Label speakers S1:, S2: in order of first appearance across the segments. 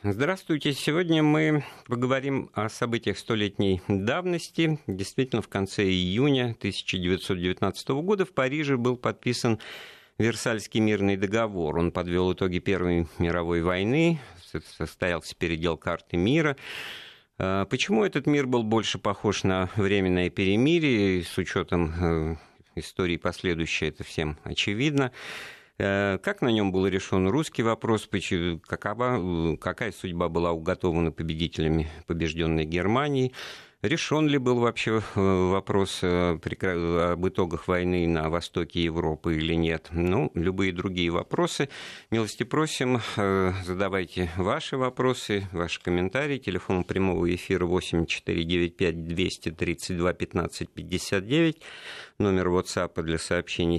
S1: Здравствуйте. Сегодня мы поговорим о событиях столетней давности. Действительно, в конце июня 1919 года в Париже был подписан Версальский мирный договор. Он подвел итоги Первой мировой войны, состоялся передел карты мира. Почему этот мир был больше похож на временное перемирие, с учетом истории последующей, это всем очевидно. Как на нем был решен русский вопрос, какая судьба была уготована победителями побежденной Германии, решен ли был вообще вопрос об итогах войны на востоке Европы или нет. Любые другие вопросы. Милости просим, задавайте ваши вопросы, ваши комментарии. Телефон прямого эфира 8495-232-1559. Номер WhatsApp для сообщений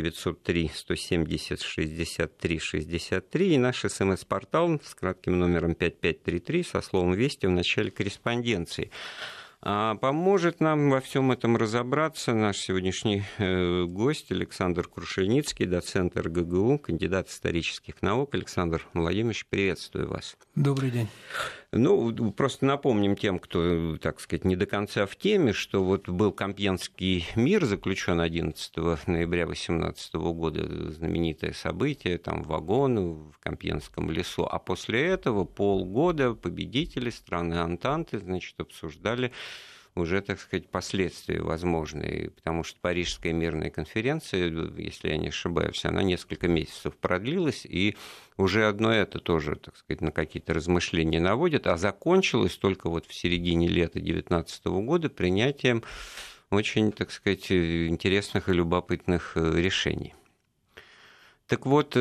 S1: 7903-170-63-63. И наш СМС-портал с кратким номером 5533 со словом «Вести» в начале корреспонденции. Поможет нам во всем этом разобраться наш сегодняшний гость Александр Крушельницкий, доцент РГГУ, кандидат исторических наук. Александр Владимирович, приветствую вас.
S2: Добрый день.
S1: Просто напомним тем, кто, так сказать, не до конца в теме, что вот был Компьенский мир, заключен 11 ноября 1818 года, знаменитое событие, там вагон в Компьенском лесу, а после этого полгода победители страны Антанты, обсуждали уже, так сказать, последствия возможные, потому что Парижская мирная конференция, если я не ошибаюсь, она несколько месяцев продлилась, и уже одно это тоже, так сказать, на какие-то размышления наводит, а закончилось только вот в середине лета 1919 года принятием очень, так сказать, интересных и любопытных решений. Так вот,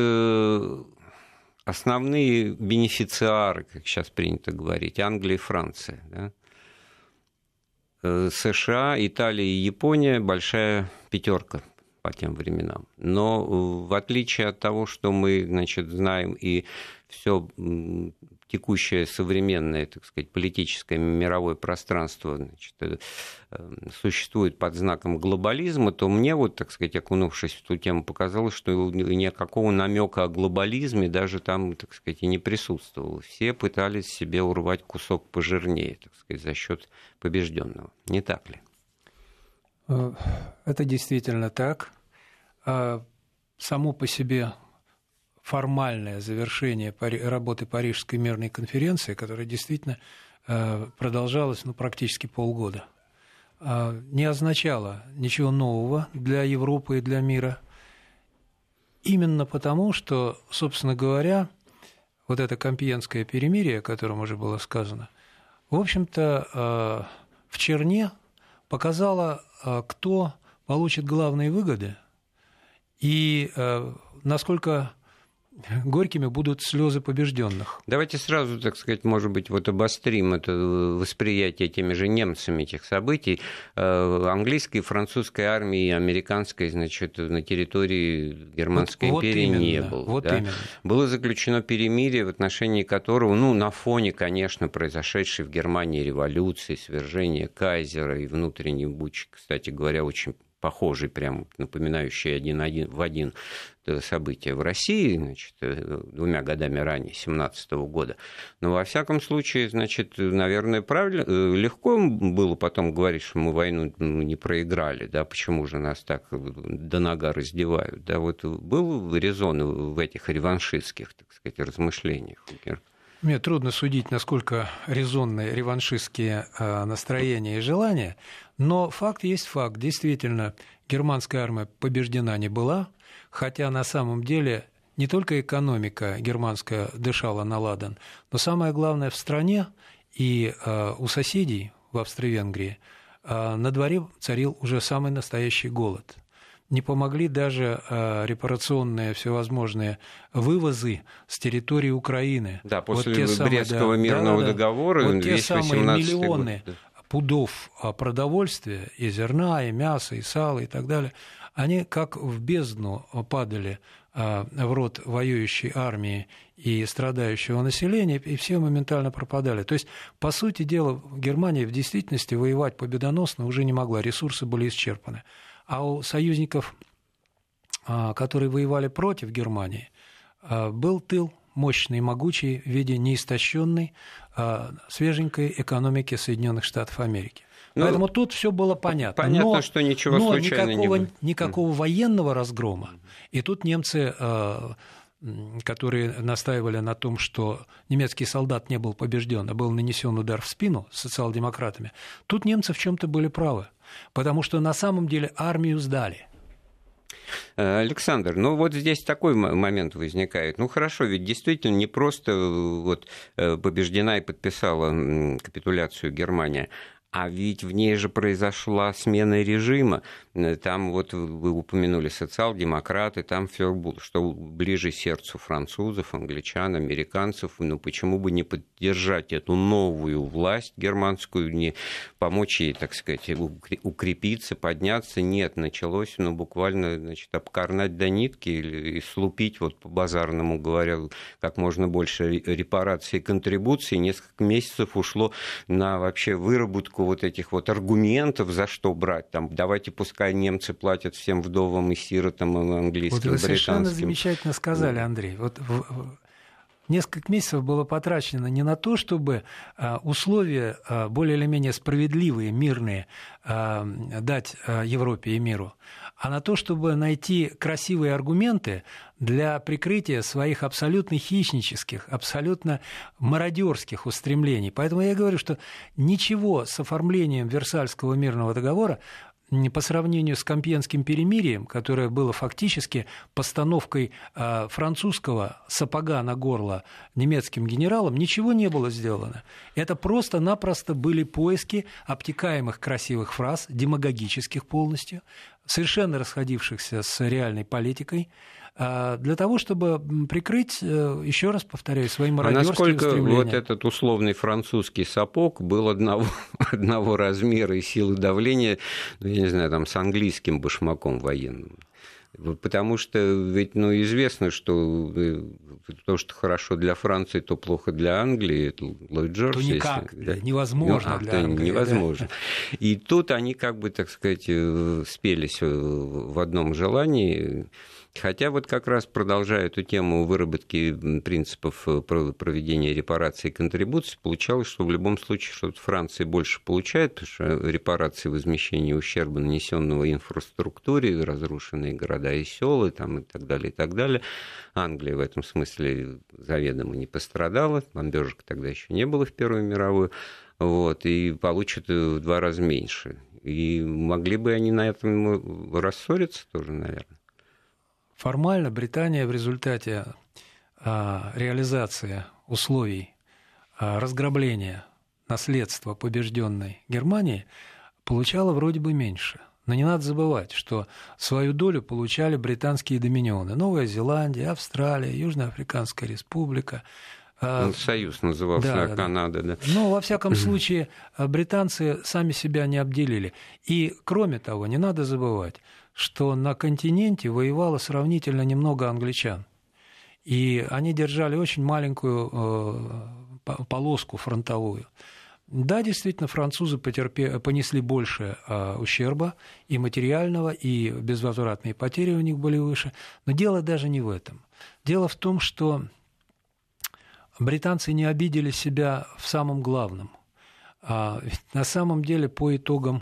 S1: основные бенефициары, как сейчас принято говорить, Англия и Франция, да? США, Италия и Япония — большая пятерка по тем временам. Но в отличие от того, что мы, знаем, и все текущее современное, так сказать, политическое мировое пространство существует под знаком глобализма, то мне, так сказать, окунувшись в эту тему, показалось, что никакого намека о глобализме даже там, так сказать, и не присутствовало. Все пытались себе урвать кусок пожирнее, так сказать, за счет побежденного. Не так ли?
S2: Это действительно так. Само по себе формальное завершение работы Парижской мирной конференции, которая действительно продолжалась практически полгода, не означало ничего нового для Европы и для мира. Именно потому, что, собственно говоря, вот это Компьенское перемирие, о котором уже было сказано, в общем-то, в черне показало, кто получит главные выгоды и насколько горькими будут слезы побежденных.
S1: Давайте сразу, так сказать, может быть, обострим это восприятие теми же немцами этих событий. Английской и французской армии, американской, на территории Германской империи
S2: именно,
S1: не было.
S2: Именно.
S1: Было заключено перемирие, в отношении которого, на фоне, конечно, произошедшей в Германии революции, свержения кайзера и внутренней бучи, кстати говоря, очень похожий, прям напоминающий один в один события в России, 2 годами ранее, 17 года. Но, во всяком случае, наверное, правильно, легко было потом говорить, что мы войну не проиграли, да, почему же нас так до нога раздевают, да, был резон в этих реваншистских, так сказать, размышлениях.
S2: Мне трудно судить, насколько резонны реваншистские настроения и желания, но факт есть факт. Действительно, германская армия побеждена не была, хотя на самом деле не только экономика германская дышала на ладан, но самое главное в стране и у соседей в Австро-Венгрии на дворе царил уже самый настоящий голод. Не помогли даже репарационные всевозможные вывозы с территории Украины.
S1: Да, после Брестского мирного договора
S2: вот те самые миллионы
S1: год.
S2: Пудов продовольствия, и зерна, и мяса, и сала, и так далее, они как в бездну падали в рот воюющей армии и страдающего населения, и все моментально пропадали. То есть, по сути дела, Германия в действительности воевать победоносно уже не могла, ресурсы были исчерпаны. А у союзников, которые воевали против Германии, был тыл мощной и могучей в виде неистощенной, свеженькой экономики Соединенных Штатов Америки. Поэтому тут все было понятно.
S1: Понятно, что ничего случайно не было.
S2: Никакого военного разгрома. И тут немцы, которые настаивали на том, что немецкий солдат не был побежден, а был нанесен удар в спину социал-демократами, тут немцы в чем-то были правы. Потому что на самом деле армию сдали.
S1: Александр, вот здесь такой момент возникает. Хорошо, ведь действительно не просто побеждена и подписала капитуляцию Германия, а ведь в ней же произошла смена режима. Там вы упомянули социал-демократы, там все было, что ближе сердцу французов, англичан, американцев. Почему бы не поддержать эту новую власть германскую, не помочь ей, так сказать, укрепиться, подняться? Нет, началось буквально, обкорнать до нитки и слупить, по-базарному говоря, как можно больше репараций и контрибуций. Несколько месяцев ушло на вообще выработку этих аргументов, за что брать. Давайте пускай немцы платят всем вдовам и сиротам, и английским,
S2: вы
S1: британским.
S2: Совершенно замечательно сказали, Андрей. Несколько месяцев было потрачено не на то, чтобы условия более или менее справедливые, мирные дать Европе и миру, а на то, чтобы найти красивые аргументы для прикрытия своих абсолютно хищнических, абсолютно мародерских устремлений. Поэтому я говорю, что ничего с оформлением Версальского мирного договора по сравнению с Компьенским перемирием, которое было фактически постановкой французского сапога на горло немецким генералам, ничего не было сделано. Это просто-напросто были поиски обтекаемых красивых фраз, демагогических полностью, совершенно расходившихся с реальной политикой, для того, чтобы прикрыть, еще раз повторяю, свои мародерские устремления.
S1: Насколько этот условный французский сапог был одного размера и силы давления, я не знаю, с английским башмаком военным? Потому что ведь известно, что то, что хорошо для Франции, то плохо для Англии. Это Ллойд Джордж.
S2: То никак, невозможно для Англии.
S1: Невозможно. Да. И тут они, так сказать, спелись в одном желании. Хотя как раз продолжая эту тему выработки принципов проведения репараций и контрибуций, получалось, что в любом случае что-то Франция больше получает, потому что репарации, возмещение ущерба, нанесенного инфраструктуре, разрушенные города и села, и так далее, и так далее. Англия в этом смысле заведомо не пострадала, бомбежек тогда еще не было в Первую мировую, и получат в 2 раза меньше. И могли бы они на этом рассориться тоже, наверное.
S2: Формально Британия в результате реализации условий разграбления наследства побежденной Германии получала вроде бы меньше. Но не надо забывать, что свою долю получали британские доминионы. Новая Зеландия, Австралия, Южноафриканская республика.
S1: Союз назывался, Канада. Да.
S2: Но, во всяком случае, британцы сами себя не обделили. И, кроме того, не надо забывать, что на континенте воевало сравнительно немного англичан. И они держали очень маленькую полоску фронтовую. Да, действительно, французы понесли больше ущерба и материального, и безвозвратные потери у них были выше. Но дело даже не в этом. Дело в том, что британцы не обидели себя в самом главном. Ведь на самом деле по итогам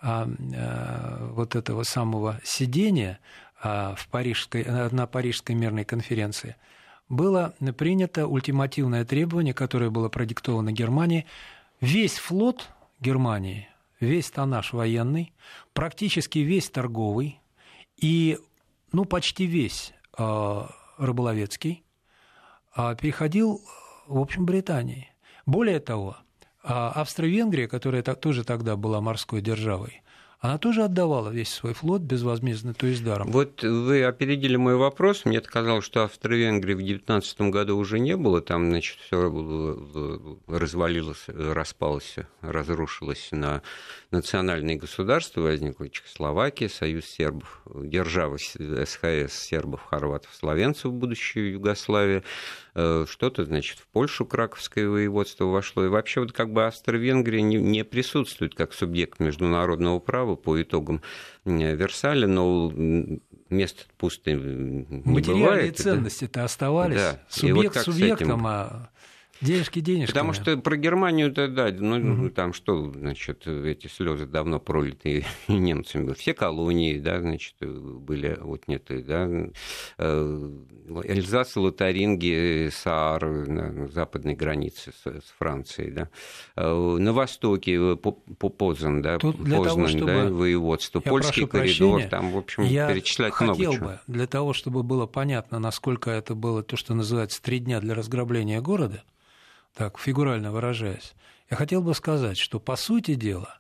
S2: этого самого сидения на Парижской мирной конференции было принято ультимативное требование, которое было продиктовано Германией. Весь флот Германии, весь тоннаж военный, практически весь торговый и почти весь рыболовецкий переходил, в общем, Британии. Более того, Австро-Венгрия, которая тоже тогда была морской державой, она тоже отдавала весь свой флот безвозмездно, то есть даром.
S1: Вы опередили мой вопрос. Мне казалось, что Австро-Венгрии в 1919 году уже не было. Там, все развалилось, распалось, разрушилось на национальные государства. Возникла Чехословакия, Союз сербов, держава СХС сербов, хорватов, словенцев, будущую Югославию. что-то, значит, в Польшу краковское воеводство вошло. И вообще вот как бы Австро-Венгрия не присутствует как субъект международного права по итогам Версаля, но место пустым не бывает.
S2: Материальные ценности-то оставались.
S1: Да.
S2: Субъект субъектом, а денежки денежками.
S1: Потому что про Германию-то, да, там что, значит, эти слезы давно пролиты немцами. Все колонии, да, значит, были отняты, да. Эльзас, Лотарингия, Саар на западной границе с Францией, да. На востоке Позан, да, Познань, да, воеводство, польский коридор, там, в общем, перечислять много чего. Я хотел бы,
S2: для того, чтобы было понятно, насколько это было то, что называется 3 дня для разграбления города, так, фигурально выражаясь, я хотел бы сказать, что, по сути дела,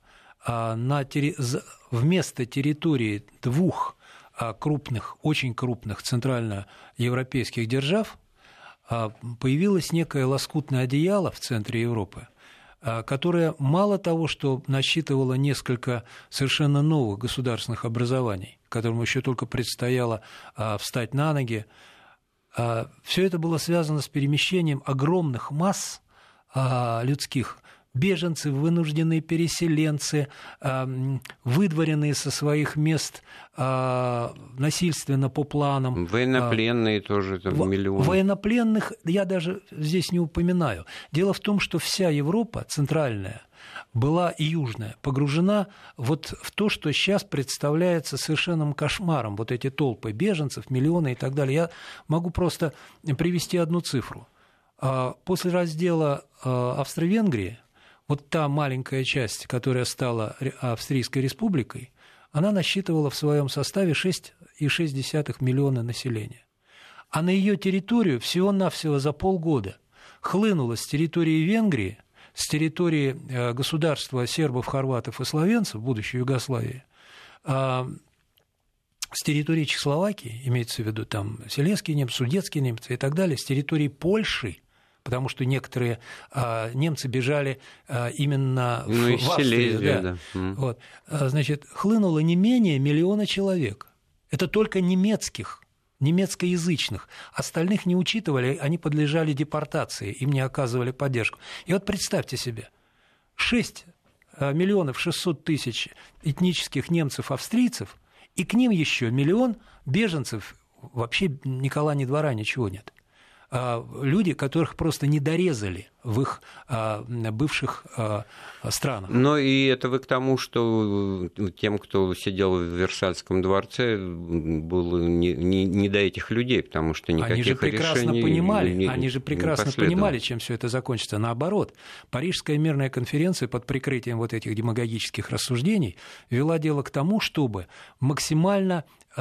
S2: вместо территории 2 крупных, очень крупных центральноевропейских держав появилось некое лоскутное одеяло в центре Европы, которое мало того, что насчитывало несколько совершенно новых государственных образований, которым еще только предстояло встать на ноги, все это было связано с перемещением огромных масс людских, беженцы, вынужденные переселенцы, выдворенные со своих мест насильственно по планам.
S1: Военнопленные тоже там миллионы.
S2: Военнопленных я даже здесь не упоминаю. Дело в том, что вся Европа центральная была и южная погружена вот в то, что сейчас представляется совершенным кошмаром. Вот эти толпы беженцев, миллионы и так далее. Я могу просто привести одну цифру. После раздела Австро-Венгрии, вот та маленькая часть, которая стала Австрийской республикой, она насчитывала в своем составе 6,6 миллиона населения. А на ее территорию всего-навсего за полгода хлынуло с территории Венгрии, с территории государства сербов, хорватов и словенцев, будущей Югославии, с территории Чехословакии, имеется в виду там селезские немцы, судетские немцы и так далее, с территории Польши, потому что некоторые немцы бежали именно в Австрию. Да. Вот. Значит, хлынуло не менее 1 миллиона человек. Это только немецкоязычных. Остальных не учитывали, они подлежали депортации, им не оказывали поддержку. И вот представьте себе, 6 миллионов 600 тысяч этнических немцев-австрийцев, и к ним еще 1 миллион беженцев, вообще ни кола, ни двора, ничего нет. Люди, которых просто не дорезали в их бывших странах.
S1: Но и это вы к тому, что тем, кто сидел в Версальском дворце, было не до этих людей, потому что никаких решений
S2: Они же прекрасно понимали, чем все это закончится. Наоборот, Парижская мирная конференция под прикрытием вот этих демагогических рассуждений вела дело к тому, чтобы максимально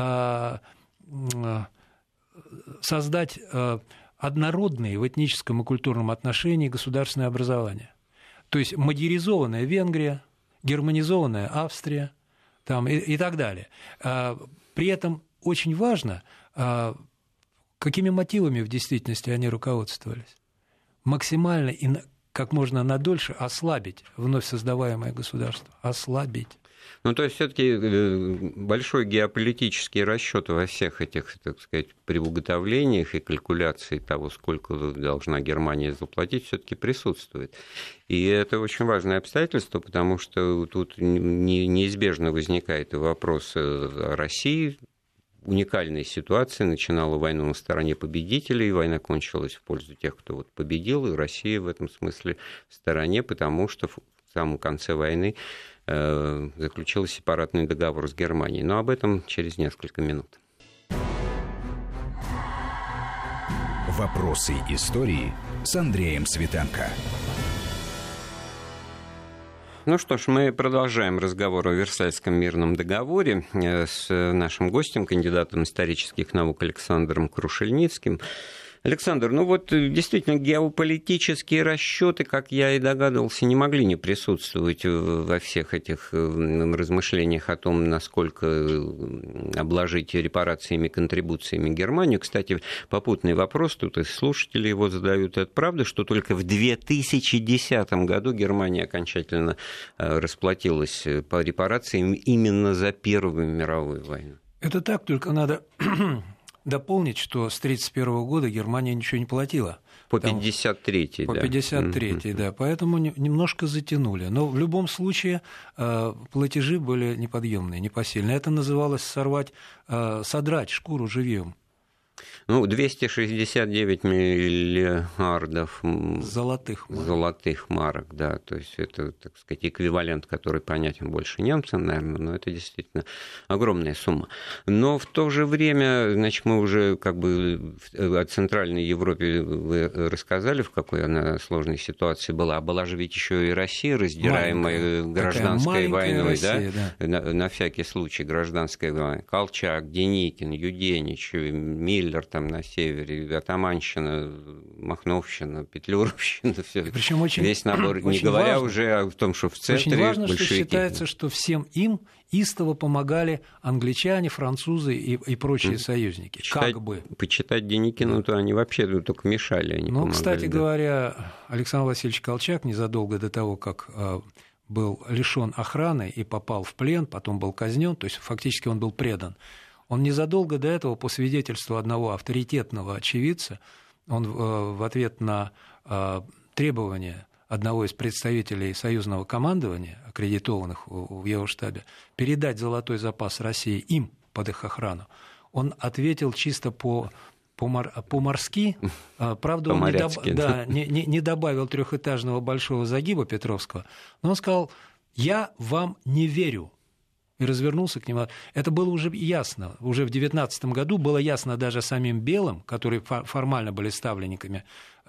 S2: создать однородные в этническом и культурном отношении государственное образование. То есть модернизованная Венгрия, германизованная Австрия там, и так далее. При этом очень важно, какими мотивами в действительности они руководствовались. Максимально и как можно надольше ослабить вновь создаваемое государство. Ослабить.
S1: Ну, то есть, все-таки большой геополитический расчет во всех этих, так сказать, приуготовлениях и калькуляции того, сколько должна Германия заплатить, все-таки присутствует. И это очень важное обстоятельство, потому что тут неизбежно возникает и вопрос о России. Уникальная ситуация. Начинала войну на стороне победителей, война кончилась в пользу тех, кто вот победил, и Россия в этом смысле в стороне, потому что в самом конце войны заключил сепаратный договор с Германией. Но об этом через несколько минут.
S3: Вопросы истории с Андреем Светенко.
S1: Ну что ж, мы продолжаем разговор о Версальском мирном договоре с нашим гостем, кандидатом исторических наук Александром Крушельницким. Александр, ну вот действительно геополитические расчеты, как я и догадывался, не могли не присутствовать во всех этих размышлениях о том, насколько обложить репарациями, контрибуциями Германию. Кстати, попутный вопрос, тут и слушатели его задают, это правда, что только в 2010 году Германия окончательно расплатилась по репарациям именно за Первую мировую войну?
S2: Это так, только надо дополнить, что с 1931 года Германия ничего не платила.
S1: По 53-й,
S2: да. По 53-й, да. Поэтому немножко затянули. Но в любом случае платежи были неподъемные, непосильные. Это называлось содрать шкуру живьем.
S1: 269 миллиардов
S2: золотых
S1: марок, да, то есть это, так сказать, эквивалент, который понятен больше немцам, наверное, но это действительно огромная сумма. Но в то же время, значит, мы уже как бы о Центральной Европе вы рассказали, в какой она сложной ситуации была, а была же ведь еще и Россия, раздираемая гражданской войной, Россия, да? На всякий случай гражданской войны. Колчак, Деникин, Юденич, Миллер там на севере, Атаманщина, Махновщина, Петлюровщина, все.
S2: Причем
S1: весь набор, не говоря важно, уже о том, что в центре
S2: очень важно,
S1: большевики.
S2: Что считается, что всем им истово помогали англичане, французы и прочие союзники.
S1: Почитать Деникину, то они вообще только мешали, они помогали.
S2: Кстати говоря, Александр Васильевич Колчак незадолго до того, как был лишен охраны и попал в плен, потом был казнен, то есть фактически он был предан. Он незадолго до этого, по свидетельству одного авторитетного очевидца, он в ответ на требования одного из представителей союзного командования, аккредитованных в его штабе, передать золотой запас России им под их охрану, он ответил чисто по-морски, правда, он не добавил трехэтажного большого загиба Петровского, но он сказал: «Я вам не верю». И развернулся к нему. Это было уже ясно. Уже в 19 году было ясно даже самим белым, которые формально были ставленниками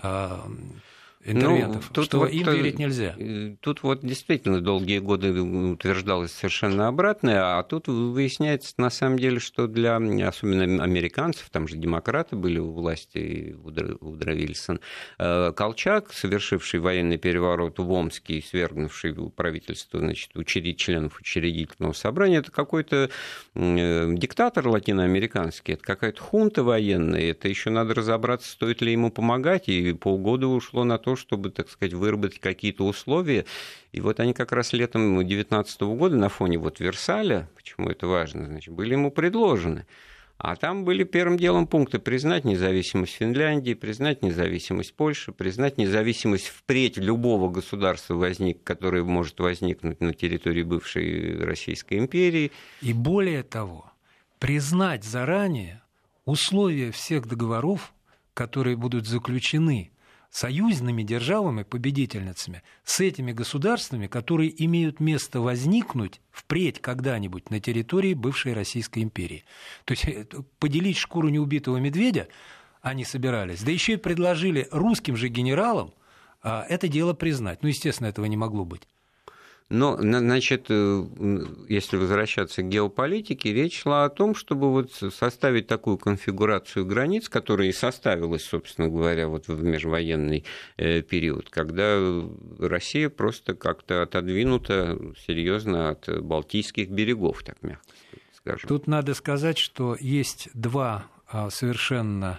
S2: интервентов, что им верить нельзя.
S1: Тут действительно долгие годы утверждалось совершенно обратное, а тут выясняется на самом деле, что для особенно американцев, там же демократы были у власти, Вудро Вильсон, Колчак, совершивший военный переворот в Омске и свергнувший правительство, значит, членов учредительного собрания, это какой-то диктатор латиноамериканский, это какая-то хунта военная, это еще надо разобраться, стоит ли ему помогать, и полгода ушло на то, чтобы, так сказать, выработать какие-то условия. И они как раз летом 2019 года на фоне Версаля, почему это важно, значит, были ему предложены. А там были первым делом пункты: признать независимость Финляндии, признать независимость Польши, признать независимость впредь любого государства, которое может возникнуть на территории бывшей Российской империи.
S2: И более того, признать заранее условия всех договоров, которые будут заключены союзными державами-победительницами с этими государствами, которые имеют место возникнуть впредь когда-нибудь на территории бывшей Российской империи. То есть поделить шкуру неубитого медведя они собирались, да еще и предложили русским же генералам это дело признать. Естественно, этого не могло быть.
S1: Но, значит, если возвращаться к геополитике, речь шла о том, чтобы составить такую конфигурацию границ, которая и составилась, собственно говоря, в межвоенный период, когда Россия просто как-то отодвинута серьезно от Балтийских берегов, так мягко скажем.
S2: Тут надо сказать, что есть два совершенно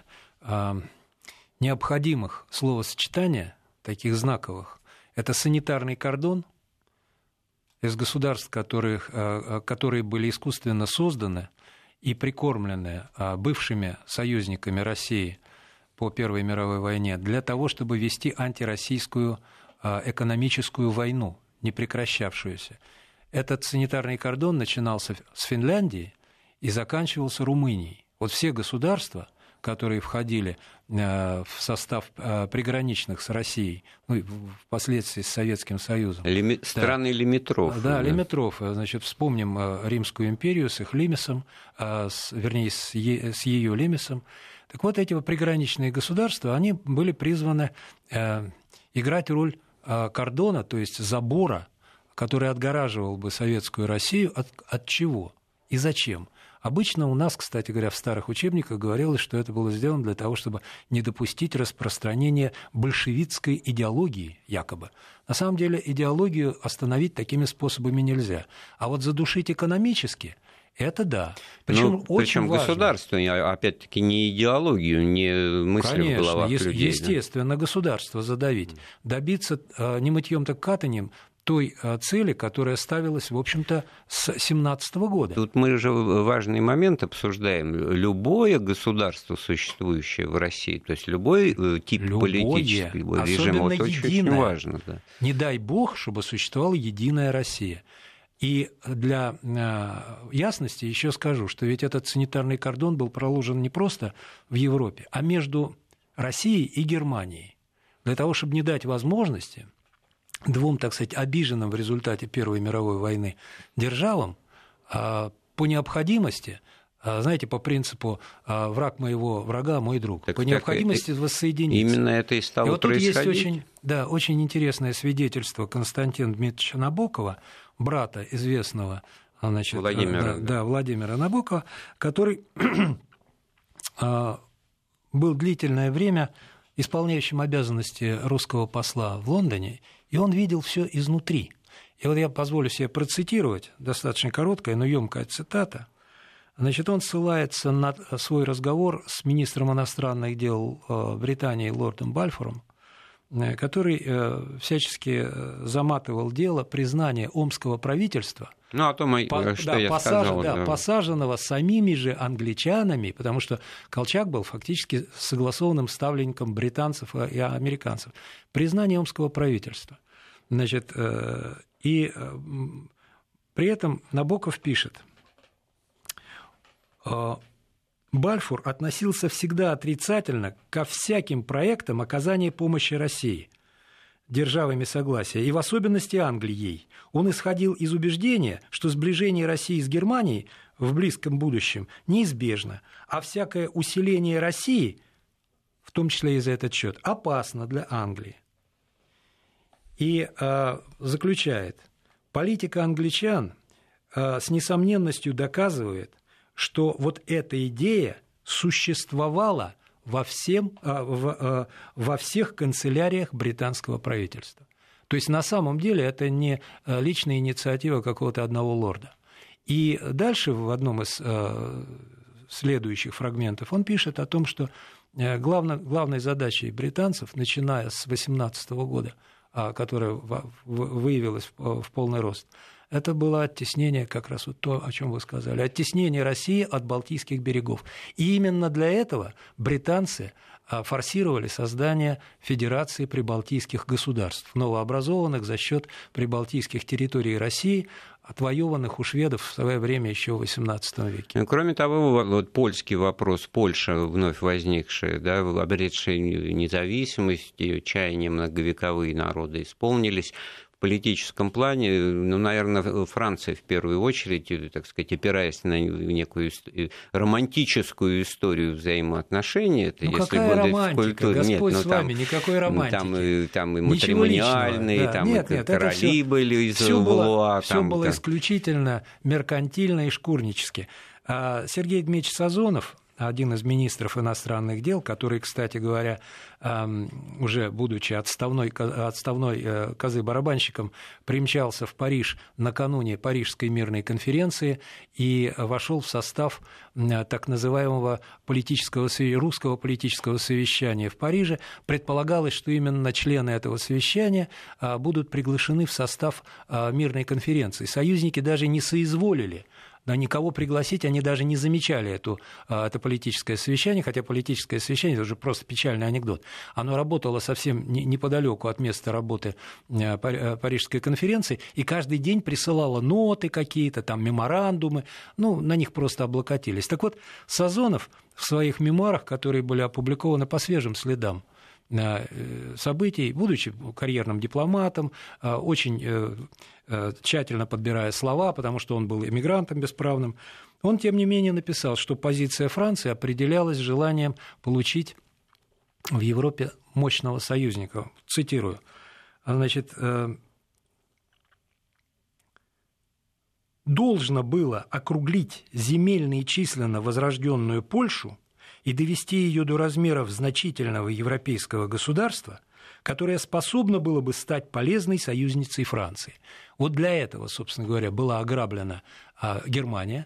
S2: необходимых словосочетания, таких знаковых. Это санитарный кордон из государств, которые были искусственно созданы и прикормлены бывшими союзниками России по Первой мировой войне для того, чтобы вести антироссийскую экономическую войну, не прекращавшуюся. Этот санитарный кордон начинался с Финляндии и заканчивался Румынией. Все государства, которые входили в состав приграничных с Россией, впоследствии с Советским Союзом.
S1: Страны лимитров.
S2: Да, лимитров. Значит, вспомним Римскую империю с их лимисом, вернее, с ее лимисом. Так эти приграничные государства, они были призваны играть роль кордона, то есть забора, который отгораживал бы советскую Россию от чего и зачем. Обычно у нас, кстати говоря, в старых учебниках говорилось, что это было сделано для того, чтобы не допустить распространения большевистской идеологии, якобы. На самом деле идеологию остановить такими способами нельзя. А задушить экономически – это да.
S1: Причем государство, опять-таки, не идеологию, не мысли в головах людей.
S2: Естественно, государство задавить. Добиться не мытьем, так катанием той цели, которая ставилась, в общем-то, с 1917 года.
S1: Тут мы же важный момент обсуждаем. Любое государство, существующее в России, то есть любой тип политического режима, это очень важно. Да.
S2: Не дай бог, чтобы существовала единая Россия. И для ясности еще скажу, что ведь этот санитарный кордон был проложен не просто в Европе, а между Россией и Германией. Для того, чтобы не дать возможности двум, так сказать, обиженным в результате Первой мировой войны державам по необходимости, знаете, по принципу «враг моего врага – мой друг», по необходимости воссоединиться.
S1: Именно это и стало происходить.
S2: Вот тут есть очень интересное свидетельство Константина Дмитриевича Набокова, брата известного Владимира Набокова, который был длительное время исполняющим обязанности русского посла в Лондоне, и он видел все изнутри. И вот я позволю себе процитировать, достаточно короткая, но ёмкая цитата. Значит, он ссылается на свой разговор с министром иностранных дел Британии лордом Бальфором, который всячески заматывал дело признания омского правительства, посаженного самими же англичанами, потому что Колчак был фактически согласованным ставленником британцев и американцев, признание омского правительства. Значит, и при этом Набоков пишет: Бальфур относился всегда отрицательно ко всяким проектам оказания помощи России державами согласия, и в особенности Англии. Он исходил из убеждения, что сближение России с Германией в близком будущем неизбежно, а всякое усиление России, в том числе и за этот счет, опасно для Англии. И заключает: политика англичан с несомненностью доказывает, что вот эта идея существовала во всех канцеляриях британского правительства. То есть на самом деле это не личная инициатива какого-то одного лорда. И дальше в одном из следующих фрагментов он пишет о том, что главной задачей британцев, начиная с 18 года, которая выявилась в полный рост, это было оттеснение, как раз вот то, о чем вы сказали, оттеснение России от Балтийских берегов. И именно для этого британцы форсировали создание Федерации прибалтийских государств, новообразованных за счет прибалтийских территорий России, отвоеванных у шведов в свое время еще в XVIII веке.
S1: Кроме того, вот польский вопрос, Польша вновь возникшая, да, обретшая независимость, ее чаяния многовековые народы исполнились. В политическом плане, наверное, Франция в первую очередь, так сказать, опираясь на некую романтическую историю взаимоотношений. Это,
S2: если какая романтика? Господь с вами, никакой романтики.
S1: Там и матримониальные, там и короли были из Валуа.
S2: Все было исключительно меркантильно и шкурнически. Сергей Дмитриевич Сазонов, один из министров иностранных дел, который, кстати говоря, уже будучи отставной козы-барабанщиком, примчался в Париж накануне Парижской мирной конференции и вошел в состав так называемого русского политического совещания в Париже. Предполагалось, что именно члены этого совещания будут приглашены в состав мирной конференции. Союзники даже не соизволили никого пригласить, они даже не замечали это политическое совещание, хотя политическое совещание – это уже просто печальный анекдот. Оно работало совсем неподалеку от места работы Парижской конференции, и каждый день присылало ноты какие-то, там меморандумы, на них просто облокотились. Так вот, Сазонов в своих мемуарах, которые были опубликованы по свежим следам событий, будучи карьерным дипломатом, очень тщательно подбирая слова, потому что он был эмигрантом бесправным, он, тем не менее, написал, что позиция Франции определялась желанием получить в Европе мощного союзника. Цитирую. Значит, должно было округлить земельно и численно возрожденную Польшу и довести ее до размеров значительного европейского государства, которое способно было бы стать полезной союзницей Франции. Вот для этого, собственно говоря, была ограблена Германия,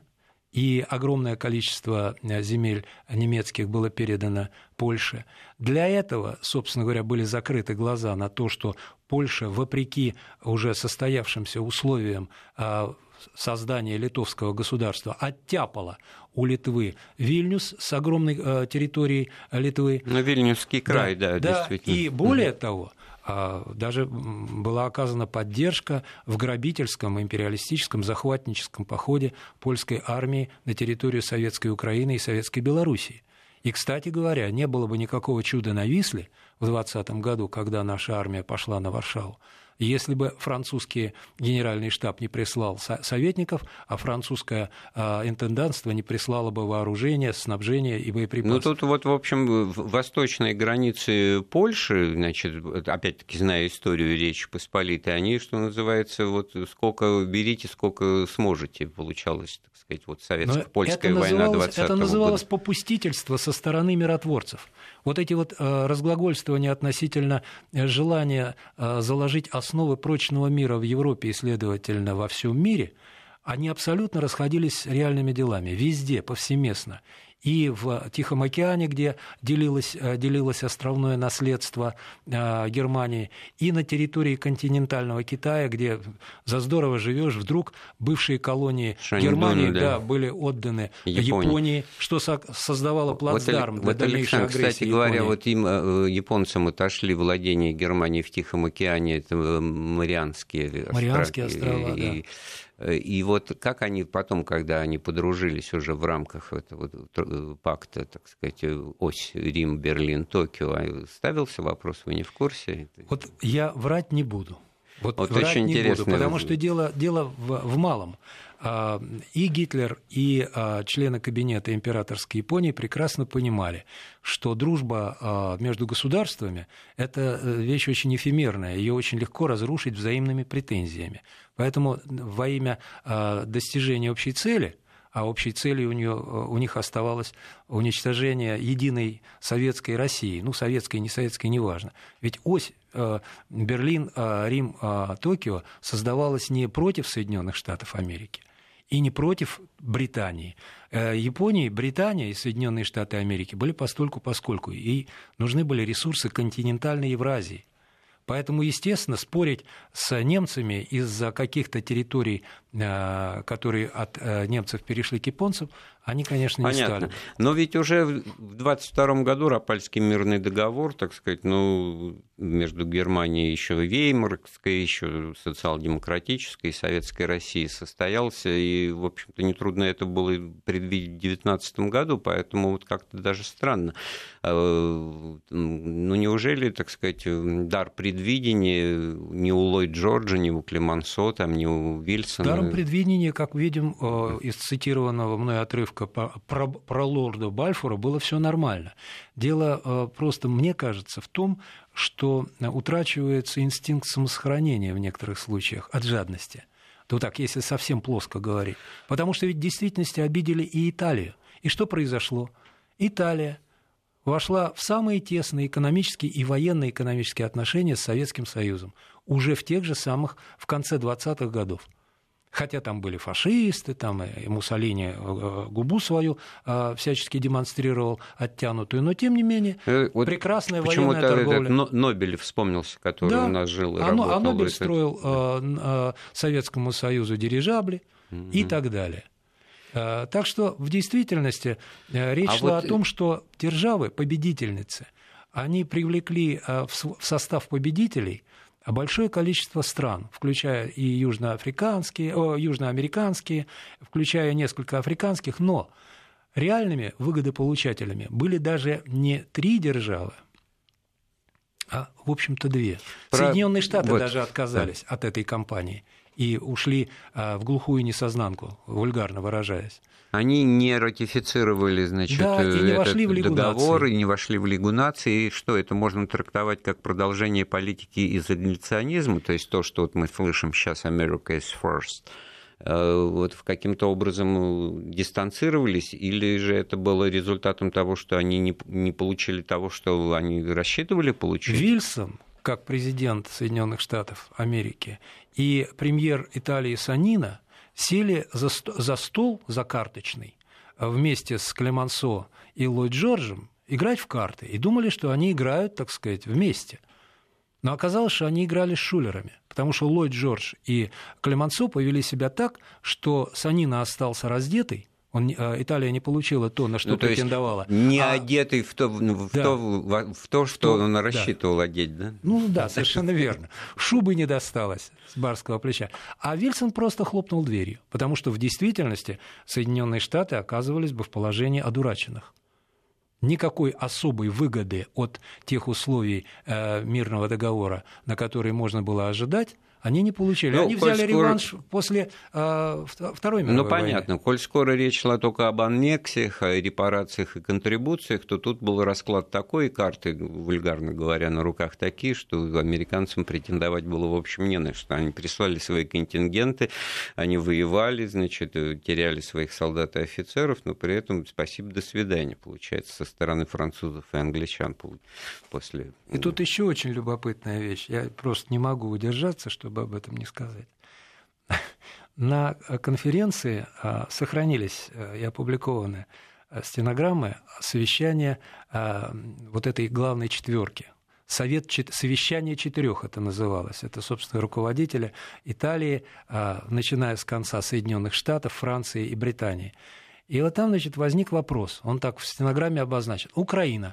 S2: и огромное количество земель немецких было передано Польше. Для этого, собственно говоря, были закрыты глаза на то, что Польша, вопреки уже состоявшимся условиям создания литовского государства, оттяпала у Литвы Вильнюс с огромной территорией Литвы.
S1: Вильнюсский край, да, действительно.
S2: И более того, даже была оказана поддержка в грабительском, империалистическом, захватническом походе польской армии на территорию Советской Украины и Советской Белоруссии. И, кстати говоря, не было бы никакого чуда на Висле в 2020 году, когда наша армия пошла на Варшаву, если бы французский генеральный штаб не прислал советников, а французское интендантство не прислало бы вооружение, снабжение и боеприпасы.
S1: Ну, тут вот, в общем, восточные границы Польши, значит, опять-таки, зная историю Речи Посполитой, они, что называется, вот сколько берите, сколько сможете, получалось, так сказать, вот советско-польская война 20-го года.
S2: Это называлось попустительство со стороны миротворцев. Вот эти вот разглагольствования относительно желания заложить основы прочного мира в Европе и, следовательно, во всем мире, они абсолютно расходились с реальными делами, везде, повсеместно. И в Тихом океане, где делилось островное наследство Германии, и на территории континентального Китая, где за здорово живешь, вдруг бывшие колонии Германии были отданы Японии, что создавало плацдарм для дальнейшей агрессии.
S1: Кстати говоря, вот им, японцам, отошли владения Германии в Тихом океане, это Марианские
S2: острова, да.
S1: И вот как они потом, когда они подружились уже в рамках этого пакта, так сказать, ось Рим, Берлин, Токио, ставился вопрос, вы не в курсе?
S2: Вот я врать не буду.
S1: Вот очень интересно.
S2: Потому что дело в малом. И Гитлер, и члены кабинета императорской Японии прекрасно понимали, что дружба между государствами – это вещь очень эфемерная, ее очень легко разрушить взаимными претензиями. Поэтому во имя достижения общей цели, а общей целью у них оставалось уничтожение единой советской России, советской, не советской, неважно. Ведь ось Берлин, Рим, Токио создавалась не против Соединенных Штатов Америки и не против Британии. Япония, Британия и Соединенные Штаты Америки были постольку-поскольку, и нужны были ресурсы континентальной Евразии. Поэтому, естественно, спорить с немцами из-за каких-то территорий, которые от немцев перешли к японцам, они, конечно, не стали.
S1: Но ведь уже в 1922 году Раппальский мирный договор, так сказать, между Германией еще Веймарской, еще социал-демократической и советской Россией состоялся, и, в общем-то, нетрудно это было предвидеть в 1919 году, поэтому вот как-то даже странно. Неужели, так сказать, дар предвидения ни у Ллойд Джорджа, ни у Клемансо, ни у Вильсона?
S2: Даром предвидения, как видим из цитированного мной отрывка про лорда Бальфура, было все нормально. Дело просто, мне кажется, в том, что утрачивается инстинкт самосохранения в некоторых случаях от жадности. То так, если совсем плоско говорить. Потому что ведь в действительности обидели и Италию. И что произошло? Италия вошла в самые тесные экономические и военно-экономические отношения с Советским Союзом уже в тех же самых, в конце 20-х годов. Хотя там были фашисты, там и Муссолини губу свою всячески демонстрировал оттянутую, но тем не менее прекрасная военная торговля.
S1: Почему-то Нобель вспомнился, который у нас жил и работал.
S2: А Нобель строил Советскому Союзу дирижабли и так далее. Так что в действительности речь шла о том, что державы-победительницы, они привлекли в состав победителей большое количество стран, включая и южноамериканские, включая несколько африканских, но реальными выгодополучателями были даже не 3 державы, а, в общем-то, 2. Соединенные Штаты даже отказались от этой кампании и ушли в глухую несознанку, вульгарно выражаясь.
S1: Они не ратифицировали, значит, этот договор и не вошли в Лигу наций. И что, это можно трактовать как продолжение политики изоляционизма, то есть то, что вот мы слышим сейчас «America is first», вот каким-то образом дистанцировались, или же это было результатом того, что они не получили того, что они рассчитывали получить?
S2: Вильсон, как президент Соединенных Штатов Америки, и премьер Италии Сонина сели за стол, за карточный, вместе с Клемансо и Ллойд Джорджем играть в карты. И думали, что они играют, так сказать, вместе. Но оказалось, что они играли с шулерами. Потому что Ллойд Джордж и Клемансо повели себя так, что Санина остался раздетый. Италия не получила то, на что претендовала.
S1: Не одетый в то, что он рассчитывал одеть, да?
S2: Ну да, совершенно верно. Шубы не досталось с барского плеча. А Вильсон просто хлопнул дверью, потому что в действительности Соединенные Штаты оказывались бы в положении одураченных. Никакой особой выгоды от тех условий мирного договора, на которые можно было ожидать, они не получили. Они взяли реванш после Второй мировой войны.
S1: Понятно. Коль скоро речь шла только об аннексиях, о репарациях и контрибуциях, то тут был расклад такой, и карты, вульгарно говоря, на руках такие, что американцам претендовать было, в общем, не на что. Они прислали свои контингенты, они воевали, значит, теряли своих солдат и офицеров, но при этом спасибо, до свидания, получается, со стороны французов и англичан после...
S2: И тут еще очень любопытная вещь. Я просто не могу удержаться, чтобы об этом не сказать. На конференции сохранились и опубликованы стенограммы совещания вот этой главной четверки. Совещание четырех это называлось. Это, собственно, руководители Италии, начиная с конца Соединенных Штатов, Франции и Британии. И вот там, значит, возник вопрос. Он так в стенограмме обозначен. Украина.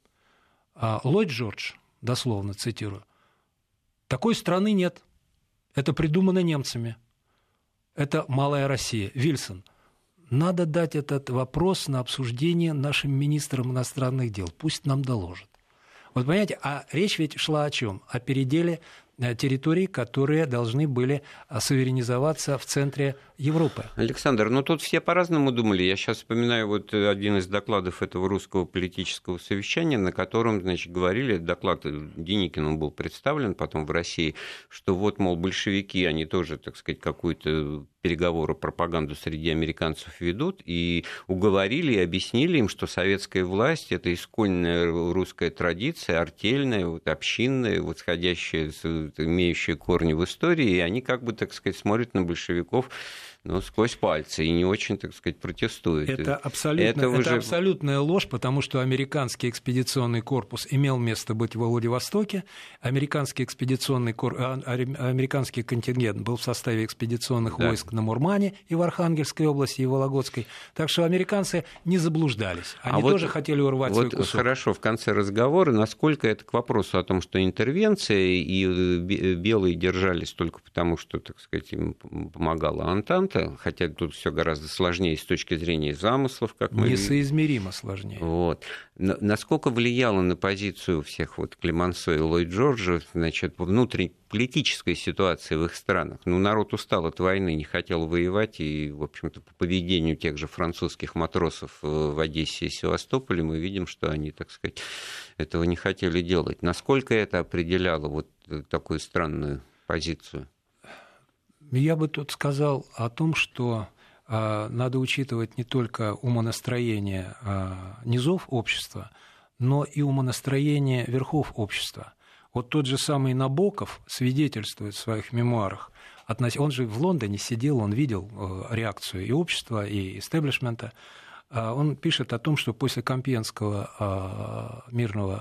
S2: Ллойд Джордж, дословно цитирую, такой страны нет. Это придумано немцами. Это малая Россия. Вильсон, надо дать этот вопрос на обсуждение нашим министрам иностранных дел. Пусть нам доложат. Вот понимаете, а речь ведь шла о чем? О переделе территорий, которые должны были суверенизоваться в центре Европы.
S1: Александр, ну тут все по-разному думали. Я сейчас вспоминаю вот один из докладов этого русского политического совещания, на котором, значит, говорили, доклад Деникиным был представлен потом в России, что вот, мол, большевики, они тоже, так сказать, какую-то переговоры, пропаганду среди американцев ведут, и уговорили и объяснили им, что советская власть – это исконная русская традиция, артельная, вот, общинная, вот, сходящая, имеющая корни в истории, и они, как бы, так сказать, смотрят на большевиков, ну, сквозь пальцы и не очень, так сказать, протестуют.
S2: Это абсолютная ложь, потому что американский экспедиционный корпус имел место быть во Владивостоке, американский контингент был в составе экспедиционных войск на Мурмане и в Архангельской области, и в Вологодской. Так что американцы не заблуждались. Они тоже хотели урвать свой кусок.
S1: Хорошо, в конце разговора, насколько это к вопросу о том, что интервенция, и белые держались только потому, что, так сказать, им помогала Антанта, хотя тут все гораздо сложнее с точки зрения замыслов, как мы видим.
S2: Несоизмеримо сложнее.
S1: Вот. Насколько влияло на позицию всех вот Клемансо и Ллойд Джорджа, значит, внутренняя политическая ситуация в их странах? Ну, народ устал от войны, не хотел воевать, и, в общем-то, по поведению тех же французских матросов в Одессе и Севастополе мы видим, что они, так сказать, этого не хотели делать. Насколько это определяло вот такую странную позицию?
S2: Я бы тут сказал о том, что надо учитывать не только умонастроение низов общества, но и умонастроение верхов общества. Вот тот же самый Набоков свидетельствует в своих мемуарах. Он же в Лондоне сидел, он видел реакцию и общества, и истеблишмента. Он пишет о том, что после Компьенского мирного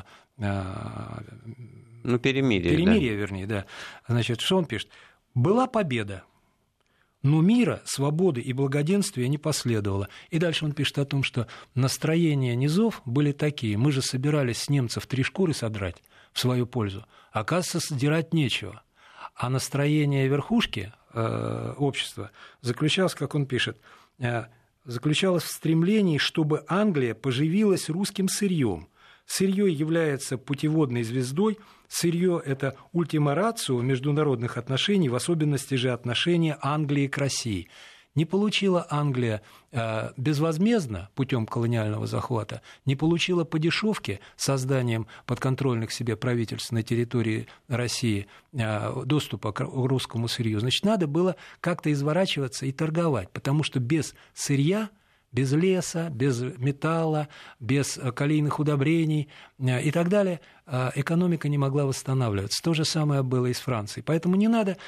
S2: перемирия, значит, что он пишет? Была победа, но мира, свободы и благоденствия не последовало. И дальше он пишет о том, что настроения низов были такие. Мы же собирались с немцев 3 шкуры содрать в свою пользу. Оказывается, сдирать нечего. А настроение верхушки общества заключалось, как он пишет, заключалось в стремлении, чтобы Англия поживилась русским сырьем. Сырье является путеводной звездой. Сырье – это ультима рацио международных отношений, в особенности же отношения Англии к России. Не получила Англия безвозмездно путем колониального захвата, не получила по дешевке созданием подконтрольных себе правительств на территории России доступа к русскому сырью. Значит, надо было как-то изворачиваться и торговать, потому что без сырья, без леса, без металла, без калийных удобрений и так далее, экономика не могла восстанавливаться. То же самое было и с Францией. Поэтому не надо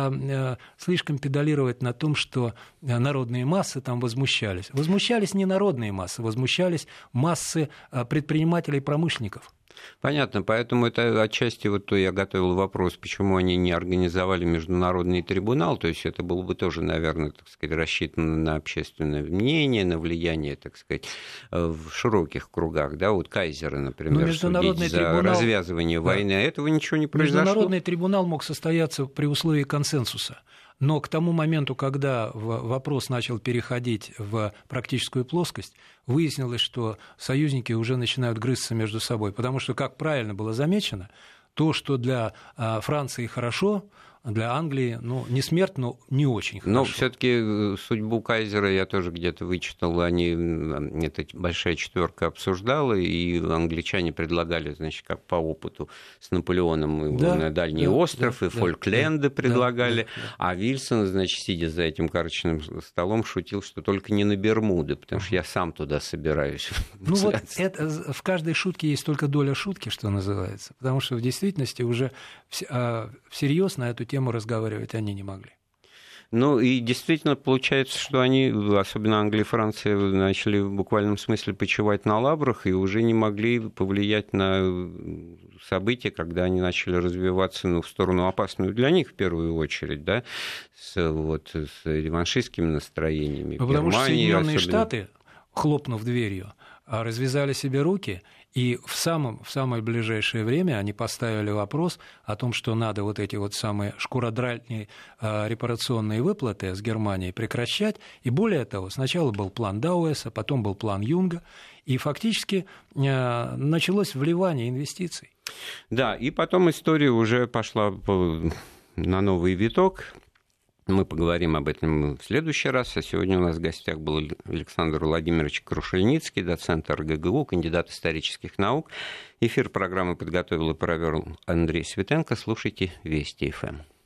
S2: слишком педалировать на том, что народные массы там возмущались. Возмущались не народные массы, возмущались массы предпринимателей и промышленников.
S1: Понятно, поэтому это отчасти вот то я готовил вопрос, почему они не организовали международный трибунал, то есть это было бы тоже, наверное, так сказать, рассчитано на общественное мнение, на влияние, так сказать, в широких кругах, да, вот кайзера, например, судить за развязывание войны, а этого ничего не произошло.
S2: Международный трибунал мог состояться при условии консенсуса. Но к тому моменту, когда вопрос начал переходить в практическую плоскость, выяснилось, что союзники уже начинают грызться между собой. Потому что, как правильно было замечено, то, что для Франции хорошо, для Англии, ну, не смерть, но не очень хорошо.
S1: Но все-таки судьбу кайзера я тоже где-то вычитал, эта большая четверка обсуждала, и англичане предлагали, значит, как по опыту с Наполеоном его на Дальний остров, и Фолкленды предлагали, а Вильсон, значит, сидя за этим карточным столом, шутил, что только не на Бермуды, потому что я сам туда собираюсь.
S2: Ну вот в каждой шутке есть только доля шутки, что называется, потому что в действительности уже всерьез на эту тему разговаривать они не могли.
S1: Ну и действительно получается, что они, особенно Англия и Франция, начали в буквальном смысле почивать на лаврах и уже не могли повлиять на события, когда они начали развиваться в сторону опасную для них в первую очередь, да, с реваншистскими настроениями.
S2: Потому что Соединенные Штаты, хлопнув дверью, развязали себе руки, и в самое ближайшее время они поставили вопрос о том, что надо вот эти вот самые шкуродральные репарационные выплаты с Германией прекращать. И более того, сначала был план Дауэса, потом был план Юнга, и фактически началось вливание инвестиций.
S1: Да, и потом история уже пошла на новый виток. Мы поговорим об этом в следующий раз. А сегодня у нас в гостях был Александр Владимирович Крушельницкий, доцент РГГУ, кандидат исторических наук. Эфир программы подготовил и провел Андрей Светенко. Слушайте Вести ФМ.